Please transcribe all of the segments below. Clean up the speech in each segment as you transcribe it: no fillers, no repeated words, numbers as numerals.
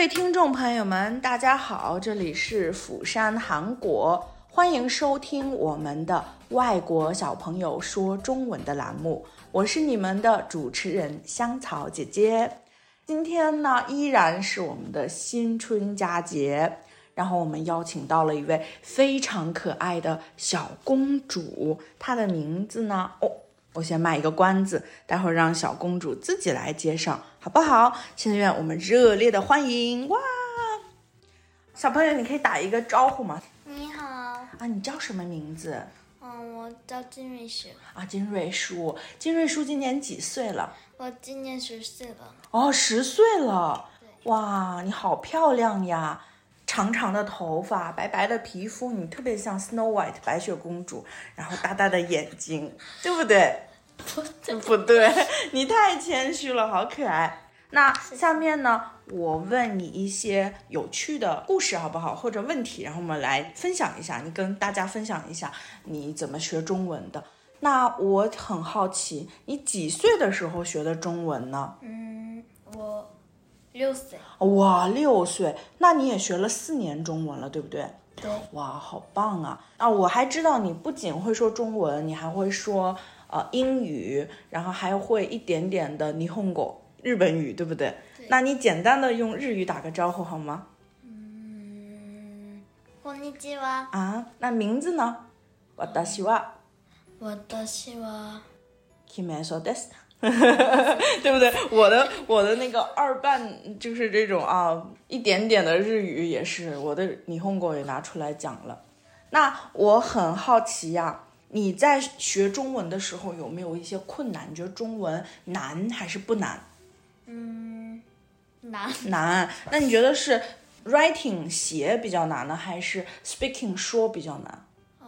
位听众朋友们，大家好，这里是釜山韩国，欢迎收听我们的外国小朋友说中文的栏目，我是你们的主持人香草姐姐。今天呢，依然是我们的新春佳节，然后我们邀请到了一位非常可爱的小公主，她的名字呢，我先卖一个关子，待会儿让小公主自己来介绍，好不好？现在让我们热烈的欢迎！哇，小朋友，你可以打一个招呼吗？ 你好啊，你叫什么名字？ 我叫金瑞树。 金瑞树，金瑞树今年几岁了？ 我今年10岁了。 10岁了。哇，你好漂亮呀！长长的头发，白白的皮肤，你特别像 Snow White 白雪公主，然后大大的眼睛，对不对？不对，你太谦虚了，好可爱。那下面呢，我问你一些有趣的故事好不好，或者问题，然后我们来分享一下，你跟大家分享一下你怎么学中文的。那我很好奇，你几岁的时候学的中文呢？ 我6岁。 哇，6岁，那你也学了4年中文了，对不对？ 对。 哇，好棒啊！我还知道你不仅会说中文，你还会说英语，然后还会一点点的日本語，日本语，对不对？ 对。 那你简单的用日语打个招呼好吗？ こんにちは。 那名字呢？私は姫そうです。对不对？我的那个二半就是这种一点点的日语也是，我的日本語也拿出来讲了。那我很好奇呀，你在学中文的时候有没有一些困难？你觉得中文难还是不难？难。那你觉得是 writing 写比较难呢，还是 speaking 说比较难？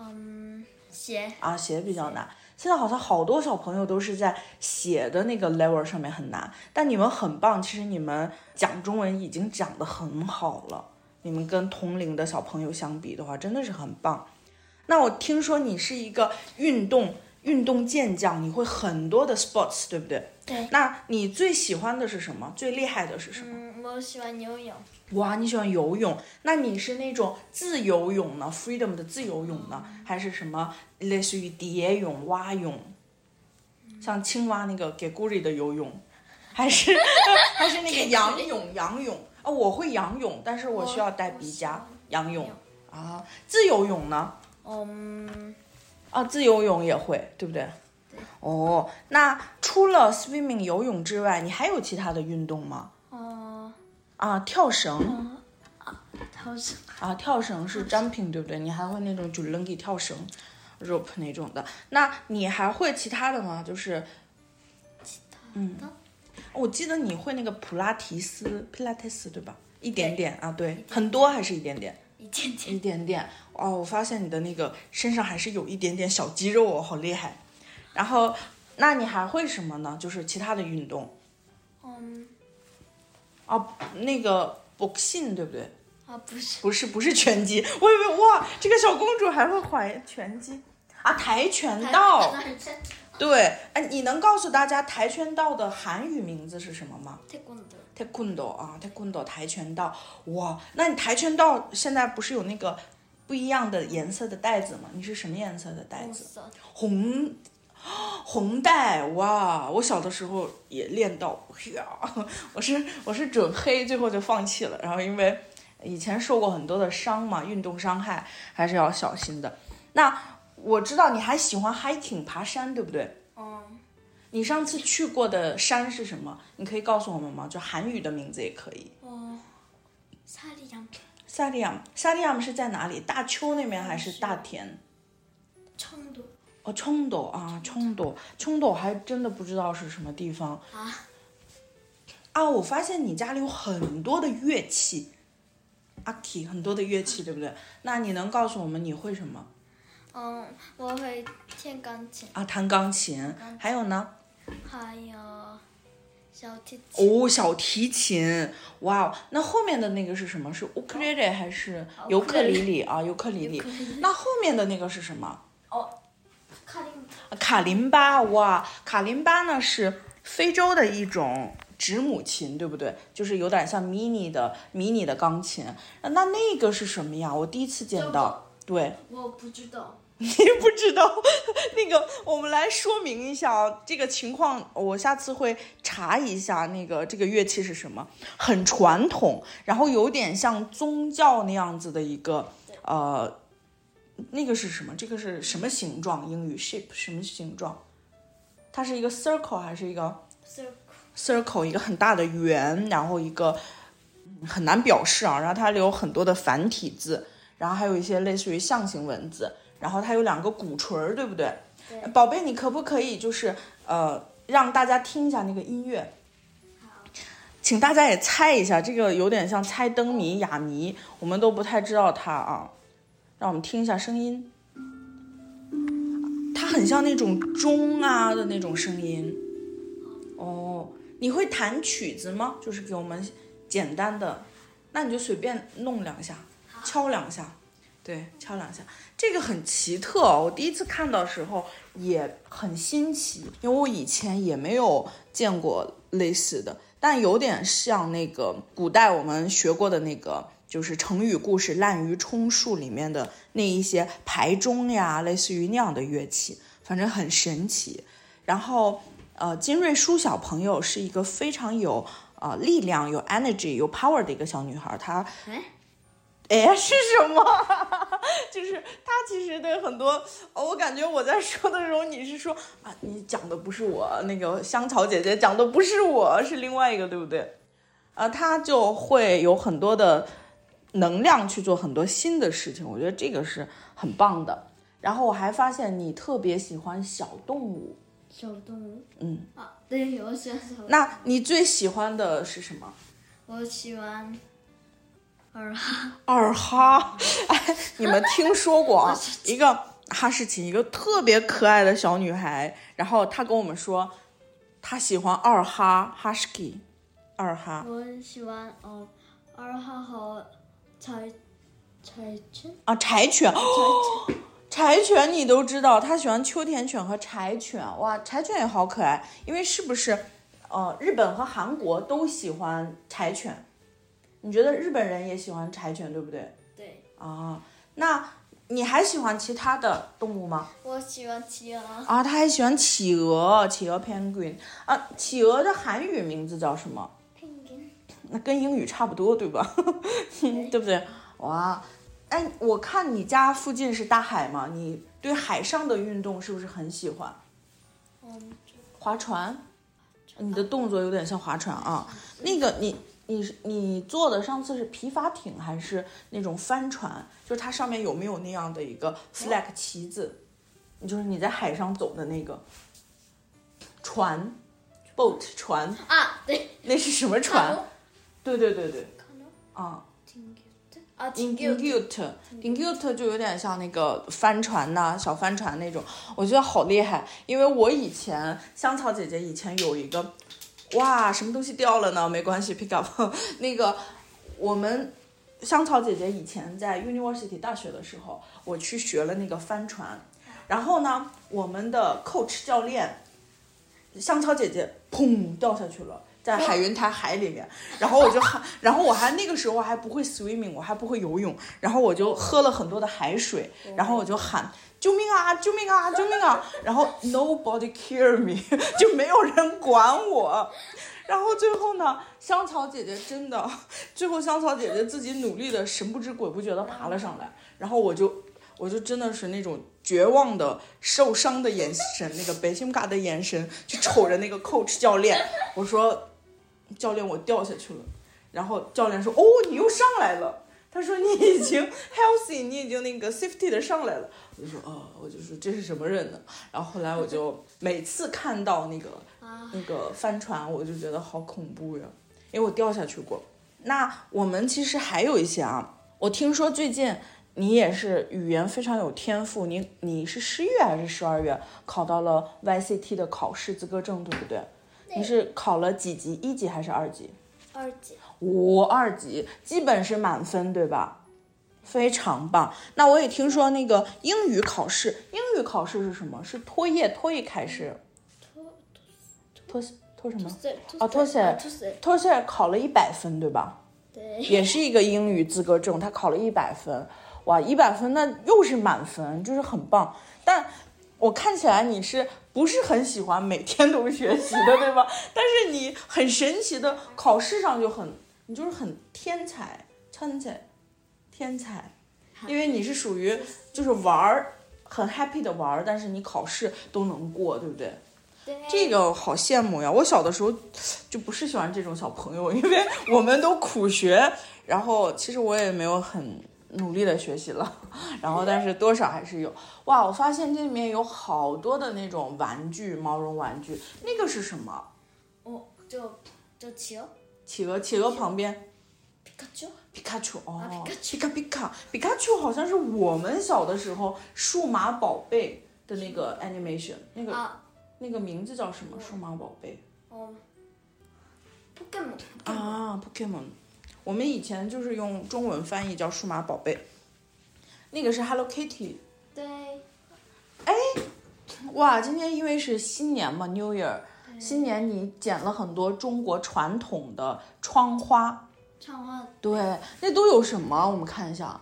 写比较难。现在好像好多小朋友都是在写的那个 level 上面很难，但你们很棒，其实你们讲中文已经讲得很好了，你们跟同龄的小朋友相比的话真的是很棒。那我听说你是一个运动健将，你会很多的 sports， 对不对？ 对。 那你最喜欢的是什么？最厉害的是什么？ 我喜欢游泳。 哇，你喜欢游泳，那你是那种自由泳呢 freedom 的自由泳呢，还是什么类似于蝶泳、蛙泳，像青蛙那个给咕里的游泳，还是那个仰泳？我会仰泳，但是我需要带鼻夹。仰泳自由泳呢？自由泳也会，对不对？ 对。 那除了 swimming 游泳之外，你还有其他的运动吗？跳绳。跳绳是 jumping， 对不对？你还会那种줄넘기跳绳 rope 那种的。那你还会其他的吗？就是其他的我记得你会那个普拉提斯 pilates 对吧？一点点对，很多还是一点点？一点点。我发现你的那个身上还是有一点点小肌肉好厉害。然后那你还会什么呢？就是其他的运动。那个 boxing 对不对？不是拳击，我以为哇，这个小公主还会拳击跆拳道。对，你能告诉大家跆拳道的韩语名字是什么吗？taekwondo 跆拳道。哇，那你跆拳道现在不是有那个不一样的颜色的带子吗？你是什么颜色的带子？红带。哇，我小的时候也练到，我是准黑，最后就放弃了。然后因为以前受过很多的伤嘛，运动伤害还是要小心的。那我知道你还喜欢 hiking 爬山，对不对？你上次去过的山是什么？你可以告诉我们吗？就韩语的名字也可以。사리암是在哪里？大邱那边还是大田？청도还真的不知道是什么地方我发现你家里有很多的乐器，很多的乐器，对不对？那你能告诉我们你会什么？ 我会弹钢琴。 弹钢琴。还有呢？ 还有小提琴。 小提琴。哇，那后面的那个是什么？是乌克丽丽还是尤克里里尤克里里。那后面的那个是什么？卡林巴。哇，卡林巴呢是非洲的一种指母琴，对不对？就是有点像迷你的钢琴。那个是什么呀？我第一次见到。对， 我不知道。 你不知道？那个，我们来说明一下啊，这个情况，我下次会查一下这个乐器是什么，很传统，然后有点像宗教那样子的一个那个是什么？这个是什么形状？英语 shape 什么形状？它是一个 circle 还是一个 circle？ 一个很大的圆，然后一个很难表示啊，然后它有很多的繁体字，然后还有一些类似于象形文字，然后它有2个鼓槌，对不对？ 对。 宝贝，你可不可以就是让大家听一下那个音乐？ 好。 请大家也猜一下，这个有点像猜灯谜、哑谜，我们都不太知道它啊。让我们听一下声音，它很像那种钟啊的那种声音。哦，你会弹曲子吗？就是给我们简单的，那你就随便弄2下，敲2下，对，敲2下。这个很奇特哦，我第一次看到的时候也很新奇，因为我以前也没有见过类似的，但有点像那个古代我们学过的那个。就是成语故事滥竽充数里面的那一些排钟呀，类似于那样的乐器，反正很神奇。然后金瑞淑小朋友是一个非常有力量、有 energy、有 power 的一个小女孩，她是什么？就是她其实对很多，我感觉我在说的时候，你是说啊，你讲的不是我，那个香草姐姐讲的不是我，是另外一个，对不对？她就会有很多的能量去做很多新的事情，我觉得这个是很棒的。然后我还发现你特别喜欢小动物。 小动物？ 对， 我喜欢小动物。 那你最喜欢的是什么？ 我喜欢二哈。 二哈，哎，你们听说过啊？一个哈士奇，一个特别可爱的小女孩，然后她跟我们说，她喜欢二哈 husky， 二哈。 我喜欢二哈和柴犬啊，柴犬，柴犬你都知道，他喜欢秋田犬和柴犬。哇，柴犬也好可爱，因为是不是日本和韩国都喜欢柴犬？你觉得日本人也喜欢柴犬，对不对？ 对。 啊，那你还喜欢其他的动物吗？ 我喜欢企鹅。 啊，他还喜欢企鹅 penguin 啊，企鹅的韩语名字叫什么？那跟英语差不多，对吧？对不对？哇，哎，我看你家附近是大海嘛，你对海上的运动是不是很喜欢？划船，你的动作有点像划船啊。那个你坐的上次是皮筏艇还是那种帆船？就是它上面有没有那样的一个 flag 旗子？就是你在海上走的那个船 boat 船啊，对， 那是什么船？对啊。Ingute 就有点像那个帆船呐，小帆船那种，我觉得好厉害。因为我以前香草姐姐以前有一个，哇，什么东西掉了呢？没关系 ，pick up 那个我们香草姐姐以前在 University 大学的时候，我去学了那个帆船，然后呢，我们的 coach 教练香草姐姐砰掉下去了。在海云台海里面，然后我就喊，然后我还那个时候还不会 swimming， 我还不会游泳，然后我就喝了很多的海水，然后我就喊救命啊救命啊救命啊，然后 nobody care me， 就没有人管我。然后最后呢，香草姐姐真的，最后香草姐姐自己努力的神不知鬼不觉的爬了上来，然后我就真的是那种绝望的受伤的眼神，那个北星嘎的眼神，去瞅着那个 coach 教练，我说教练我掉下去了，然后教练说哦你又上来了，他说你已经 healthy， 你已经那个 safety 的上来了，我就说我就说这是什么人呢？然后后来我就每次看到那个帆船，我就觉得好恐怖呀，因为我掉下去过。那我们其实还有一些我听说最近你也是语言非常有天赋，你是10月还是12月考到了 YCT 的考试资格证，对不对？你是考了几级？1级还是2级 ？2级。 2级，基本是满分，对吧？非常棒。那我也听说那个英语考试是什么？是托业还是托托什么？ 啊， 托塞考了100分，对吧？ 对， 也是一个英语资格证，他考了100分，哇，100分那又是满分，就是很棒。但我看起来你是不是很喜欢每天都学习的，对吧？但是你很神奇的考试上你就是很天才，天才，因为你是属于就是玩很 happy 的玩，但是你考试都能过，对不对？ 对， 这个好羡慕呀！我小的时候就不是喜欢这种小朋友，因为我们都苦学，然后其实我也没有很努力的学习了，然后但是多少还是有。哇，我发现这里面有好多的那种玩具，毛绒玩具，那个是什么？ 就企鹅旁边皮卡丘哦，皮卡丘好像是我们小的时候数码宝贝的那个 animation 那个名字叫什么？数码宝贝Pokemon 我们以前就是用中文翻译叫数码宝贝，那个是 Hello Kitty。 对， 哇，今天因为是新年嘛 New Year， 新年你剪了很多中国传统的窗花，对，那都有什么？我们看一下。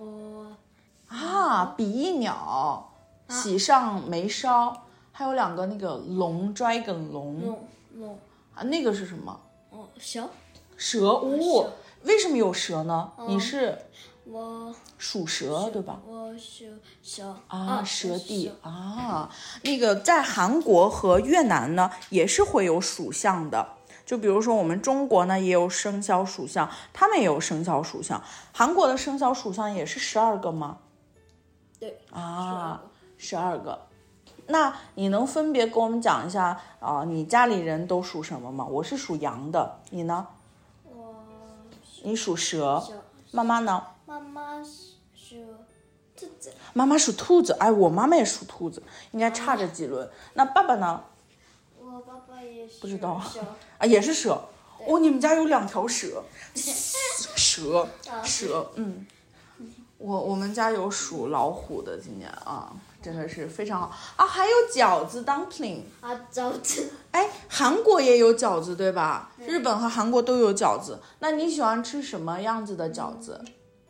比翼鸟，喜上眉梢，还有2个那个龙 dragon 龙那个是什么？蛇为什么有蛇呢？你是属蛇对吧？ 我属蛇蛇地那个在韩国和越南呢也是会有属相的。就比如说我们中国呢也有生肖属相，他们也有生肖属相。韩国的生肖属相也是12个吗？ 对 ，12个。那你能分别跟我们讲一下你家里人都属什么吗？我是属羊的，你呢？你属蛇。妈妈呢？ 妈妈属兔子。 妈妈属兔子，我妈妈也属兔子，应该差着几轮。那爸爸呢？ 我爸爸也是。 不知道也是蛇。你们家有2条蛇。蛇，我们家有属老虎的，今年真的是非常好还有饺子 dumpling 饺子。 韩国也有饺子对吧？日本和韩国都有饺子。那你喜欢吃什么样子的饺子？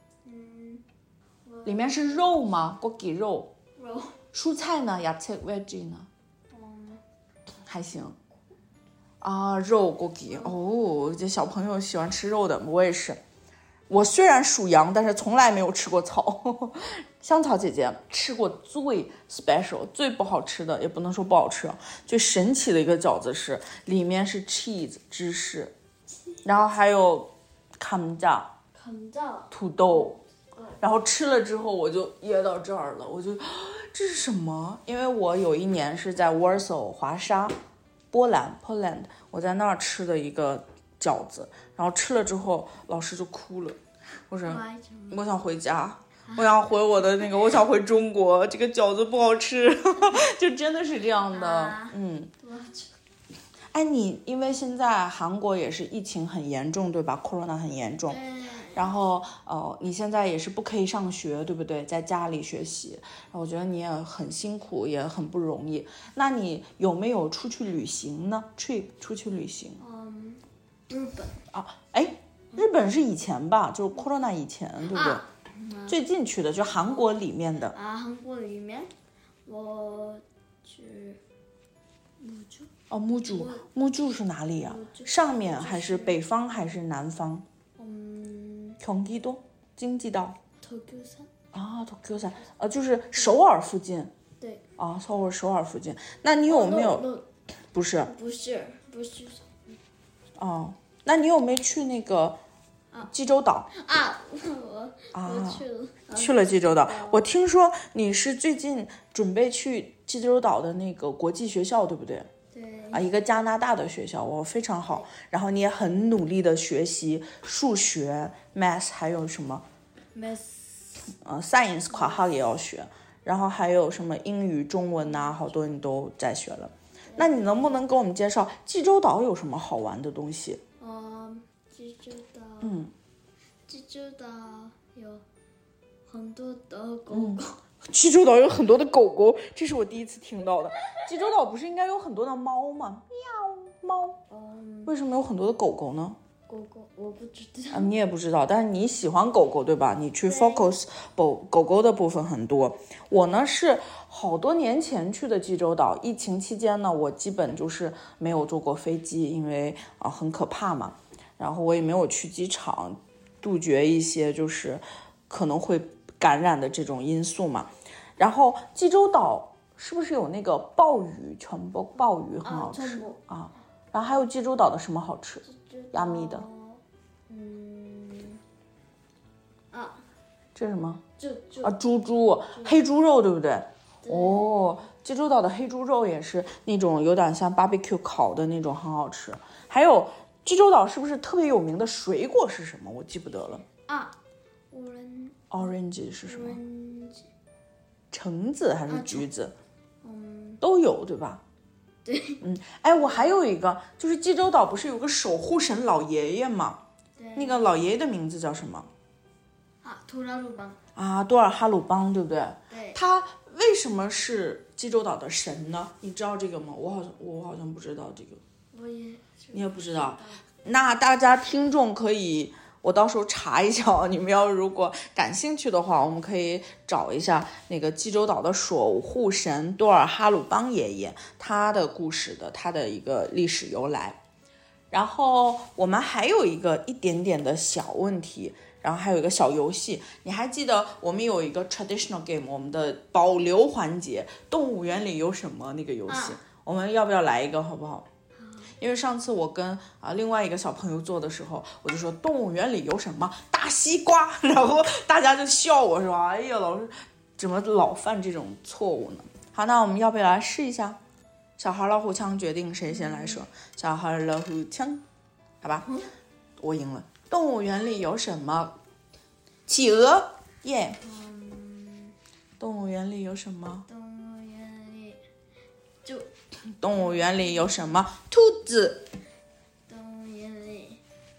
里面是肉吗？고기肉。蔬菜呢？야채 veggie呢？还行。肉고기这小朋友喜欢吃肉的，我也是。我虽然属羊，但是从来没有吃过草。香草姐姐吃过最 special 最不好吃的，也不能说不好吃，最神奇的一个饺子是里面是 cheese 芝士，然后还有감자土豆，然后吃了之后我就噎到这儿了，我就这是什么？因为我有一年是在 Warsaw 华沙波兰 Poland， 我在那儿吃的一个饺子，然后吃了之后老师就哭了，我说我想回家，我想回我的那个，我想回中国，这个饺子不好吃。就真的是这样的。你因为现在韩国也是疫情很严重对吧？ Corona 很严重，然后你现在也是不可以上学对不对？在家里学习，我觉得你也很辛苦，也很不容易。那你有没有出去旅行呢？ trip 出去旅行？ 日本日本是以前吧，就是 Corona 以前对不对？最近去的就韩国里面的。 韩国里面我去 무주是哪里呀？上面还是北方还是南方？경기도京畿道。도쿄산就是首尔附近。 对。 首尔附近。那你有没有？不是。那你有没有去那个济州岛？ 我去了。 去了济州岛。我听说你是最近准备去济州岛的那个国际学校，对不对？ 对。 一个加拿大的学校，非常好。然后你也很努力的学习数学 math， 还有什么 science 跨行也要学，然后还有什么英语中文好多你都在学了。那你能不能给我们介绍济州岛有什么好玩的东西？ 济州岛有很多的狗狗。 济州岛有很多的狗狗，这是我第一次听到的。济州岛不是应该有很多的猫吗？喵猫？为什么有很多的狗狗呢？ 狗狗我不知道。 你也不知道，但是你喜欢狗狗对吧？你去 focus 狗狗的部分很多。我呢是好多年前去的济州岛，疫情期间呢，我基本就是没有坐过飞机，因为很可怕嘛。然后我也没有去机场，杜绝一些就是可能会感染的这种因素嘛。然后济州岛是不是有那个鲍鱼？全部鲍鱼很好吃啊。然后还有济州岛的什么好吃？亚米的。这是什么？猪黑猪肉对不对？哦，济州岛的黑猪肉也是那种有点像 barbecue 烤的那种，很好吃。还有济州岛是不是特别有名的水果是什么？我记不得了。orange 是什么？橙子还是橘子？都有对吧？ 对。 我还有一个，就是济州岛不是有个守护神老爷爷吗？ 对。 那个老爷爷的名字叫什么？ 多尔鲁邦。 多尔哈鲁邦，对不对？ 对。 他为什么是济州岛的神呢？你知道这个吗？我好像不知道这个。你也不知道？那大家听众可以，我到时候查一下，你们要如果感兴趣的话，我们可以找一下那个济州岛的守护神多尔哈鲁邦爷爷他的故事的，他的一个历史由来。然后我们还有一点点的小问题，然后还有一个小游戏，你还记得我们有一个 traditional game， 我们的保留环节，动物园里有什么那个游戏，我们要不要来一个好不好？因为上次我跟另外一个小朋友做的时候，我就说动物园里有什么大西瓜，然后大家就笑我说，哎呀，老师怎么老犯这种错误呢？好，那我们要不要来试一下？小孩老虎枪决定谁先来说。小孩老虎枪，好吧，我赢了。动物园里有什么？企鹅，耶。动物园里有什么？动物园里有什么？兔子。 动物园里，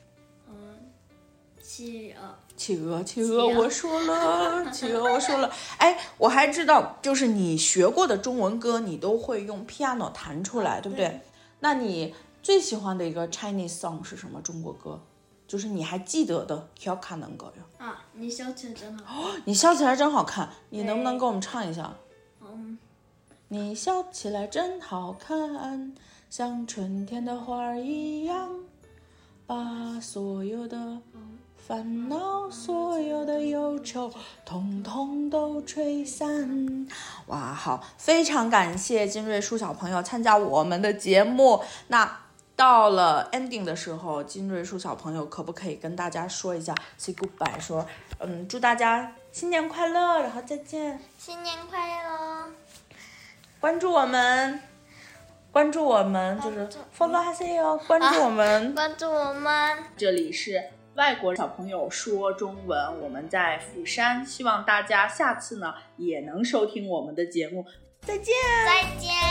企鹅，我说了，企鹅，我说了。我还知道，就是你学过的中文歌，你都会用 piano 弹出来，对不对？那你最喜欢的一个 Chinese song 是什么？中国歌，就是你还记得的 Kyoka 能歌哟。 你笑起来真好看。 你笑起来真好看，你能不能给我们唱一下？你笑起来真好看，像春天的花一样，把所有的烦恼，所有的忧愁，统统都吹散。哇，好，非常感谢金瑞淑小朋友参加我们的节目。那到了 ending 的时候，金瑞淑小朋友可不可以跟大家说一下 say goodbye， 说祝大家新年快乐，然后再见。 新年快乐。 关注我们就是 follow 하세요， 关注我们， 关注我们。 这里是外国小朋友说中文，我们在釜山，希望大家下次呢也能收听我们的节目。再见。